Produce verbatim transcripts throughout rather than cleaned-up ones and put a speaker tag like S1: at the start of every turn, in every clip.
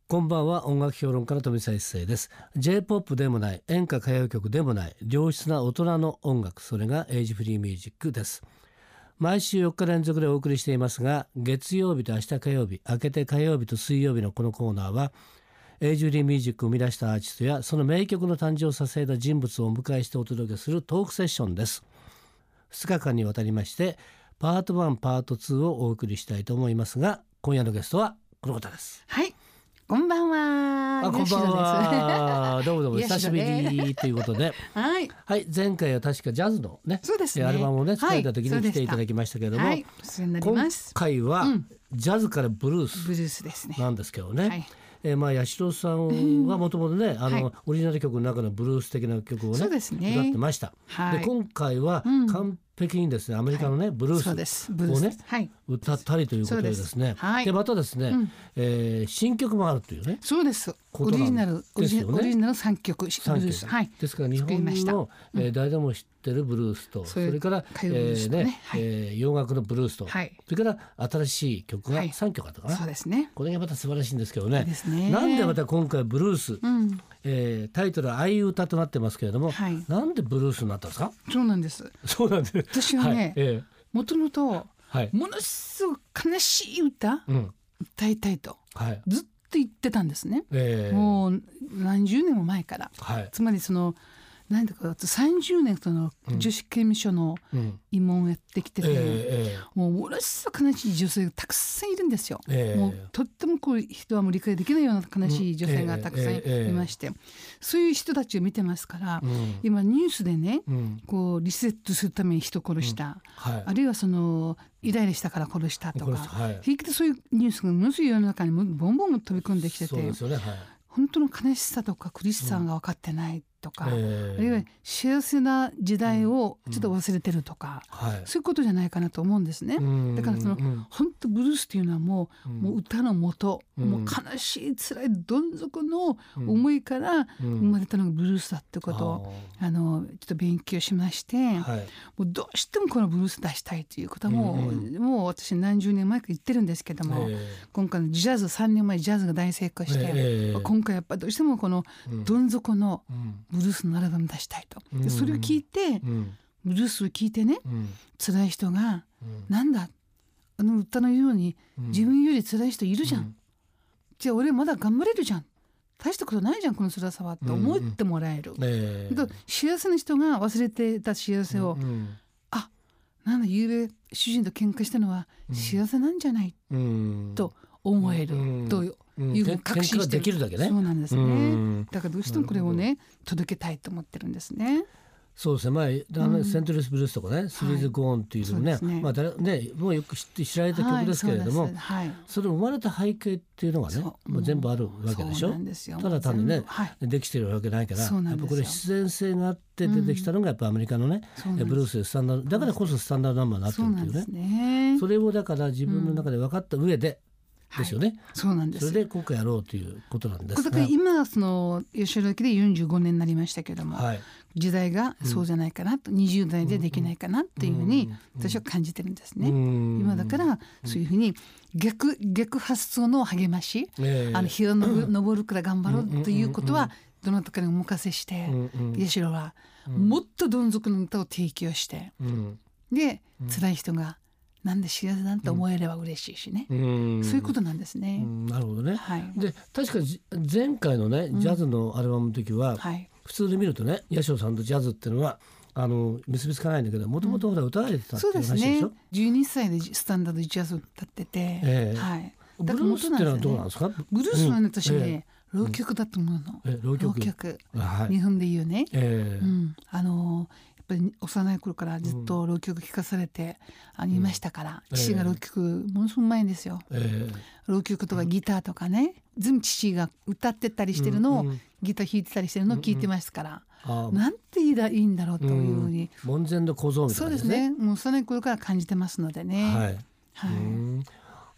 S1: こんばんは。音楽評論家の富澤一世です。 J-ポップ でもない、演歌歌謡曲でもない、良質な大人の音楽、それがエイジフリーミュージックです。毎週よっか連続でお送りしていますが、月曜日と明日火曜日、明けて火曜日と水曜日のこのコーナーは、エイジフリーミュージックを生み出したアーティストやその名曲の誕生を支えた人物をお迎えしてお届けするトークセッションです。ふつかかんにわたりましてパートワンパートツーをお送りしたいと思いますが、今夜のゲストはこの方です。
S2: はい、こんばんは。
S1: あ、こんばんは。どうもどうも久しぶりということで
S2: はい、
S1: はい、前回は確かジャズのね、
S2: そうですね、
S1: アルバムをね作られた時に来ていただきましたけれども、
S2: はい、お世話になります。
S1: 今回は、うん、ジャズからブルース
S2: ブルースですね
S1: なんですけどね、はい、えー、まあ八代さんはもともとね、あの、はい、オリジナル曲の中のブルース的な曲をね、そうですね、歌ってました、はい、で今回は完璧にですね、アメリカのね、はい、ブルースをね、はい、歌ったりということでですね、はい、でまたですね、うん、えー、新曲もあるというね、
S2: そうです、オリジナルオリジナルさんきょくさんきょく、はい、
S1: ですから日本の、うん、えー、誰でも知ってるブルースと、それから歌謡ブルースとね、えーね、はい、えー、洋楽のブルースと、はい、それから新しい曲がさんきょくあったかな、はい、そうですね、これがまた素晴らしいんですけどね、ですね、なんでまた今回ブルース、うん、えー、タイトルはあいう歌となってますけれども、はい、なんでブルースになったんですか？
S2: そうなんです。
S1: そうなんです。
S2: 私はね、もともとものすごく悲しい歌、うん、歌いたいと、はい、ずっと言ってたんですね、えー、もう何十年も前から、はい、つまりそのなんだかさんじゅうねんその女子刑務所の慰問をやってきてて、うんえー、もうものすごく悲しい女性がたくさんいるんですよ、えー、もうとってもこう人はもう理解できないような悲しい女性がたくさんいまして、うんえーえー、そういう人たちを見てますから、うん、今ニュースでね、うん、こうリセットするために人殺した、うんはい、あるいはそのイライラしたから殺したとか、はい、平気でそういうニュースがものすごい世の中にボンボンボン飛び込んできてて、そうですよね、はい、本当の悲しさとか苦しさが分かってないとか、うんえー、あるいは幸せな時代をちょっと忘れてるとか、うんはい、そういうことじゃないかなと思うんですね、うん、だからその、うん、本当ブルースっていうのはもう、うん、もう歌の元、うん、もう悲しい辛いどん底の思いから生まれたのがブルースだってことを、うん、あのちょっと勉強しまして、はい、もうどうしてもこのブルース出したいということはもう、うん、もう私何十年前から言ってるんですけども、えー、今回のジャズさんねんまえジャズが大成功して、えー、今回やっぱりどうしてもこのどん底のブルースのアルバム出したいと、うん、でそれを聞いて、うん、ブルースを聞いてね、うん、辛い人が、うん、なんだあの歌のように、うん、自分より辛い人いるじゃん、うん、じゃあ俺まだ頑張れるじゃん、大したことないじゃんこの辛さはって思ってもらえる、うんえー、幸せな人が忘れてた幸せを、うん、あ、なんだゆうべ主人と喧嘩したのは幸せなんじゃない、うん、と思える、うん、というふうに確信してる、
S1: できるだけね、
S2: そうなんですね、うん、だからどうしてもこれをね届けたいと思ってるんですね。
S1: そうですね、まあ、うん、セントルイスブルースとかね、スリーズゴーンっていうのね、はい、まあ誰ね、もうよく知って知られた曲ですけれども、はい そ, はい、それ生まれた背景っていうのがね、もう全部あるわけでしょ。ただ単にね、はい、できてるわけないから、やっぱこれ必然性があって出てきたのがやっぱアメリカのね、うん、ブルースでスタンダードだからこそスタンダードナンバーになってるっていうね。 そうなんですね。それをだから自分の中で分かった上で、うんですよね、はい、そうなんです。それで今回やろうということなんですが、だから
S2: 今その吉野家でよんじゅうごねんになりましたけども、はい、時代がそうじゃないかなと、うん、にじゅう代でできないかなっていうふうに私は感じてるんですね、うん、今だからそういうふうに逆、逆発想の励まし、えー、あの日が昇るから頑張ろうということはどなたかにお任せして、うんうん、吉野はもっとどん底の歌を提供して、うん、で辛い人がなんで幸せなんて思えれば嬉しいしね、うん、そういうことなんですね、うん、
S1: なるほどね、はい、で確か前回のねジャズのアルバムの時は、うんはい、普通で見るとね八代さんとジャズっていうのはあの結びつかないんだけど、もともと歌われてたっていう話でしょ、うん、そうですね、じゅうにさいでスタンダードジャズを歌ってて、えーはい、ブルースっていうのはどうなんですか？
S2: ブルースはね、私ね、えー、浪曲だと思うの、え浪曲、浪曲、はい、日本で言うね、えーうん、あのーやっぱり幼い頃からずっと浪曲聴かされて、うん、あのいましたから、うん、父が浪曲ものすごくうまいんですよ、えー、浪曲とかギターとかね、全部父が歌ってたりしてるのを、うん、ギター弾いてたりしてるのを聞いてますから、うんうん、なんていいだいいんだろうというふうに、
S1: うん、門前の小僧みたいな、ね、
S2: そうですね、もう幼い頃から感じてますのでね、はい、はい、うん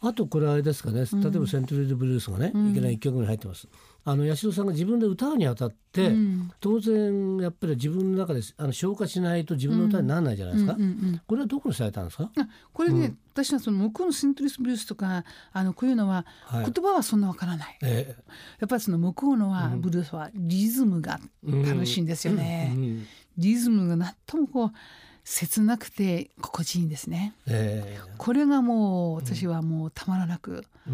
S1: あとこれあれですかね、例えばセントルイズブルースがね、うん、いきなりいっきょくに入ってます。あの八代さんが自分で歌うにあたって、うん、当然やっぱり自分の中であの消化しないと自分の歌にならないじゃないですか、うんうんうんうん、これはどこにされたんですか？
S2: あこれね、うん、私はその向こうのセントルイズブルースとかあのこういうのは、はい、言葉はそんなわからない、えー、やっぱりその向こうのは、うん、ブルースはリズムが楽しいんですよね、うんうんうん、リズムがなんともこう切なくて心地いいんですね、えー、これがもう私はもうたまらなく、うん、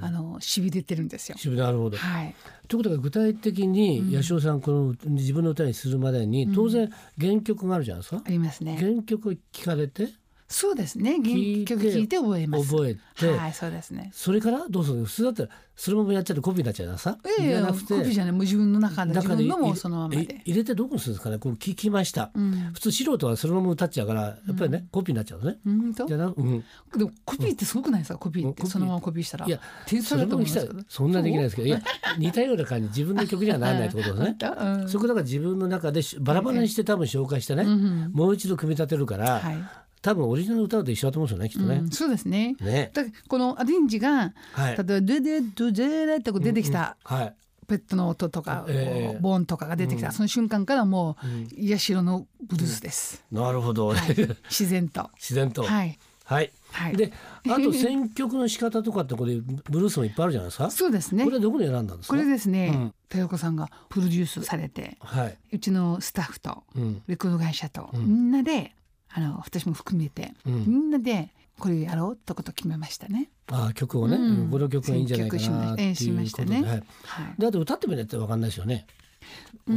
S2: あのしびれてるんですよ。
S1: しびれなるほど、はい、ということが具体的に八代さんこの自分の歌にするまでに当然原曲があるじゃないですか、うん、
S2: ありますね。
S1: 原曲を聞かれて
S2: そうですね、原曲聞いて覚えます。
S1: 覚えて、
S2: はい、そうですね。
S1: それからどうする？普通だったらそのままやっちゃうとコピーになっちゃうからさ、
S2: ええ、じゃなくてコピーじゃない、もう自分の中で自分のもそのままで
S1: 入れてどこにするんですかね。こう聞きました、うん、普通素人はそのまま歌っちゃうからやっぱりね、うん、コピーになっちゃうのね、うん、じゃな、うん、
S2: でもコピーってすごくないですか、コピーってそのままコピーしたらいや天才だと思いますけど、
S1: そんなできないですけど、いや似たような感じ、自分の曲にはならないってことですね、うん、そこだから自分の中でバラバラにして多分紹介してね、うん、もう一度組み立てるから、はい、多分オリジナル歌と一緒だと思うんですよね、きっとね、
S2: うん、そうですね。
S1: ね、
S2: だこのアレンジが、はい、例えばドゥデドゥデーレってこう出てきた、うんうん、はい、ペットの音とか、えー、ボーンとかが出てきた、うん、その瞬間からもう、うん、八代のブルースです、
S1: うん、なるほど、はい、
S2: 自然と
S1: 自然と、
S2: はい
S1: はいはい、であと選曲の仕方とかってこれブルースもいっぱいあるじゃないですか。
S2: そうですね。
S1: これはどこで選んだんですか？
S2: これですね、うん、豊子さんがプロデュースされて、はい、うちのスタッフと、うん、レコード会社と、うん、みんなであの私も含めて、うん、みんなでこれやろうってことを決めましたね。
S1: ああ曲をね、うん、この曲がいいんじゃないかなっていうことで、
S2: しましたね、はい、
S1: であと歌ってみないと分かんないですよね。
S2: うん、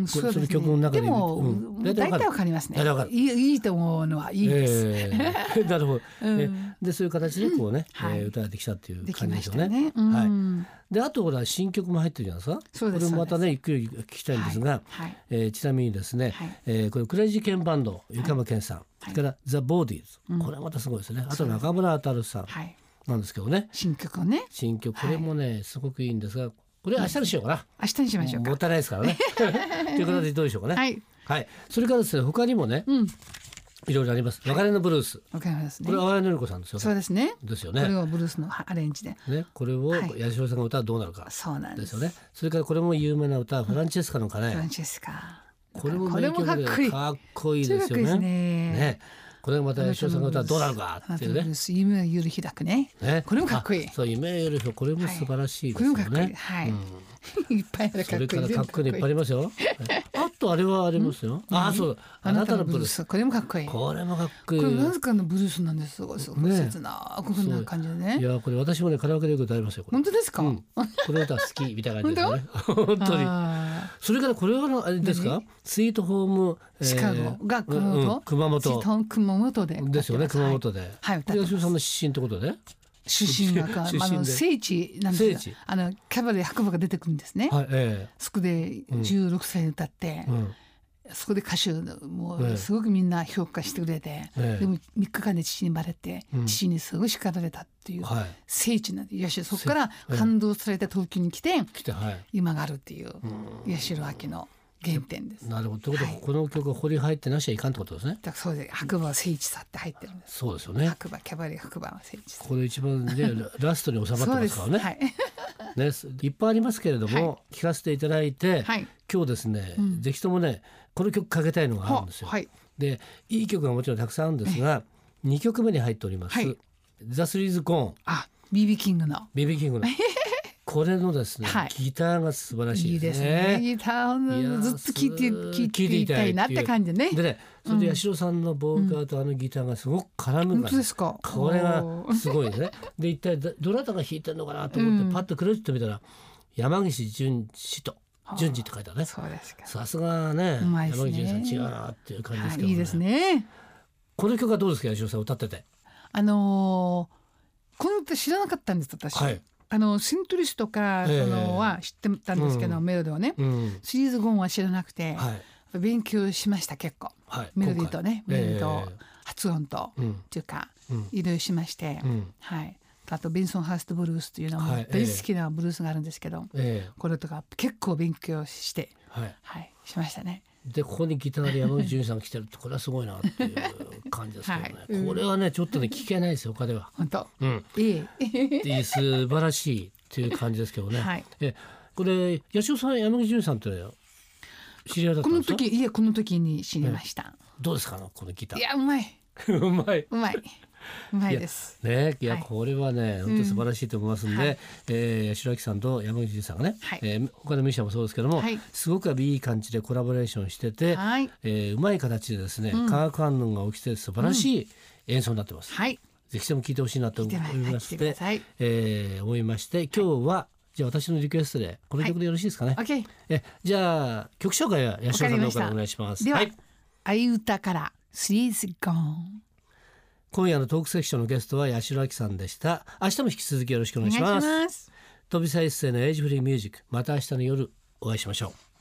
S2: そうですね。
S1: 曲の中で
S2: でも、うん、大体わかりますね。いい、いいと思うのはいいです。え
S1: ー、なるほど、うん、でそういう形でこうね、うん、えー、歌ができたっていう感じですよね。ね、うん、はい。であとほら新曲も入ってるじゃないですか。そうです。これもまたねゆっくり聞きたいんですが、はいはい、えー、ちなみにですね、はい、えー、これクレイジーケンバンド湯川健さん、はい、それからザ・ボーディーズ、うん、これはまたすごいですね。あと中村あさんなんですけどね、
S2: 新曲をね、
S1: 新曲これもね、はい、すごくいいんですが、これ明日にしようかな。
S2: 明日にしましょうか。
S1: もったいないですからね。という形でどうでしょうかね。
S2: はい。
S1: はい。それからですね、他にもね、うん、いろいろあります。別れのブルース。
S2: 別れですね。
S1: これは淡谷のり子さんですよね。
S2: そうですね。
S1: ですよね。
S2: これをブルースのアレンジで。
S1: ね、これを八代さんが歌うどうなるか。
S2: そうなんです。
S1: ですよね。それからこれも有名な歌、フランチェスカの鐘。
S2: フランチェスカ。
S1: これも名曲でかっこいいですよね。ね。これまた八代さんが歌うどうなるかっていうね。
S2: 夢を夜開くね。ね。これもかっこいい。
S1: そう、夢を夜開く、これも素晴らしいですよね。
S2: これもかっこいい。はい。いっぱいある。
S1: それからかっこいいのいっぱいありますよ。あとあれはありますよ。ああ、そう、あなたのブルース。
S2: これもかっこいい。
S1: これもかっこいい。
S2: これわずかのブルースなんです。すごいすごい切なこんな感じでね。
S1: いや、これ私もねカラオケでよく歌いますよ。
S2: 本当ですか？こ
S1: の歌好きみたいな感じですね。本当に。それからこれはあれですか？スイートホーム
S2: シカゴが熊本。
S1: 熊本。
S2: 熊本で。
S1: ですよね、熊本で。
S2: はい。
S1: 八代さんの出身ってことで。
S2: 出身があの聖地なんですよ。あのキャバレー白馬が出てくるんですね。はい、えー、そこでじゅうろくさいで歌って、うん、そこで歌手もうすごくみんな評価してくれて、えー、でもみっかかんで父にバレて、うん、父にすごい叱られたっていう聖地なんで、よしそこから感動されて東京に来て、来て、はい、今があるっていう八代亜紀の原点です。
S1: なるほど。ということは、はい、この曲が掘り入ってなしはいかんってことですね。
S2: だからそうで白馬は聖地さって入ってるんです。
S1: そうですよね。
S2: 白馬キャバレー白馬は聖地さ。
S1: これ一番ねラストに収まってますからね。はい、ね、いっぱいありますけれども、はい、聞かせていただいて、はい、今日ですね、うん、ぜひともねこの曲かけたいのがあるんですよ。はい、でいい曲がもちろんたくさんあるんですが、にきょくめに入っております。はい、ザ・スリーズ・ゴーン。
S2: あ、ビービー キングの。
S1: ビービー キングの。これのですね、はい、ギターが素晴らしいですね。
S2: いいですね。ギターをずっと聴いて聴いていたいなって感じね。
S1: でね、それで八代さんのボーカルとあのギターがすごく絡むから、ね、
S2: 本当ですか。
S1: これがすごいですね。で一体どなたが弾いてるのかなと思って、うん、パッとクレジット見たら山岸淳二と淳二って書いてあるね。そうですか。さすがね、ね、山岸淳さん違うなっていう感じですけどね。
S2: いいですね。
S1: この曲はどうですか、八代さん歌ってて。
S2: あのー、この歌知らなかったんです私。はい、あのセントリスとかそのは知ってたんですけど、えーうん、メロディーをね、うん、シリーズゴンは知らなくて、はい、勉強しました結構、はい、メロディーとねメロディーと発音と、えー、っていうか、うん、いろいろしまして、うん、はい、あとベンソン・ハースト・ブルースというのも大好きなブルースがあるんですけど、えー、これとか結構勉強して、はいはい、しましたね。
S1: でここにギターで山口純さんが来てるってこれはすごいなっていう感じですけどね、はい、これはねちょっとね聞けないですよ他では。
S2: 本当、
S1: うん、いいい素晴らしいっていう感じですけどね、はい、えこれ八代さん山口純さんって知り合いだったんですか？
S2: この時いやこの時に知りました、
S1: ね、どうですかこのギター。
S2: いやうまいう
S1: まいう
S2: まいうまいです
S1: ね。いや、はい、これはね本当に素晴らしいと思いますんで、うんはい、えー、八代亜紀さんと山口さんがね、はい、えー、他のミュージシャンもそうですけども、はい、すごくいい感じでコラボレーションしてて、はい、えー、うまい形でですね、うん、化学反応が起きて素晴らしい演奏になってます、うん、はい、ぜひとも聴いてほしいなと思いまして、はい、えー、思いまして今日は、はい、じゃあ私のリクエストでこの曲でよろしいですかね、はい、えじゃあ曲紹介は八代さんの方からお願いします。
S2: では、はい、あいう歌からShe's Gone。
S1: 今夜のトークセクションのゲストは八代亜紀さんでした。明日も引き続きよろしくお願いします。
S2: お願いします。
S1: 飛びさ一世のエイジフリーミュージック、また明日の夜お会いしましょう。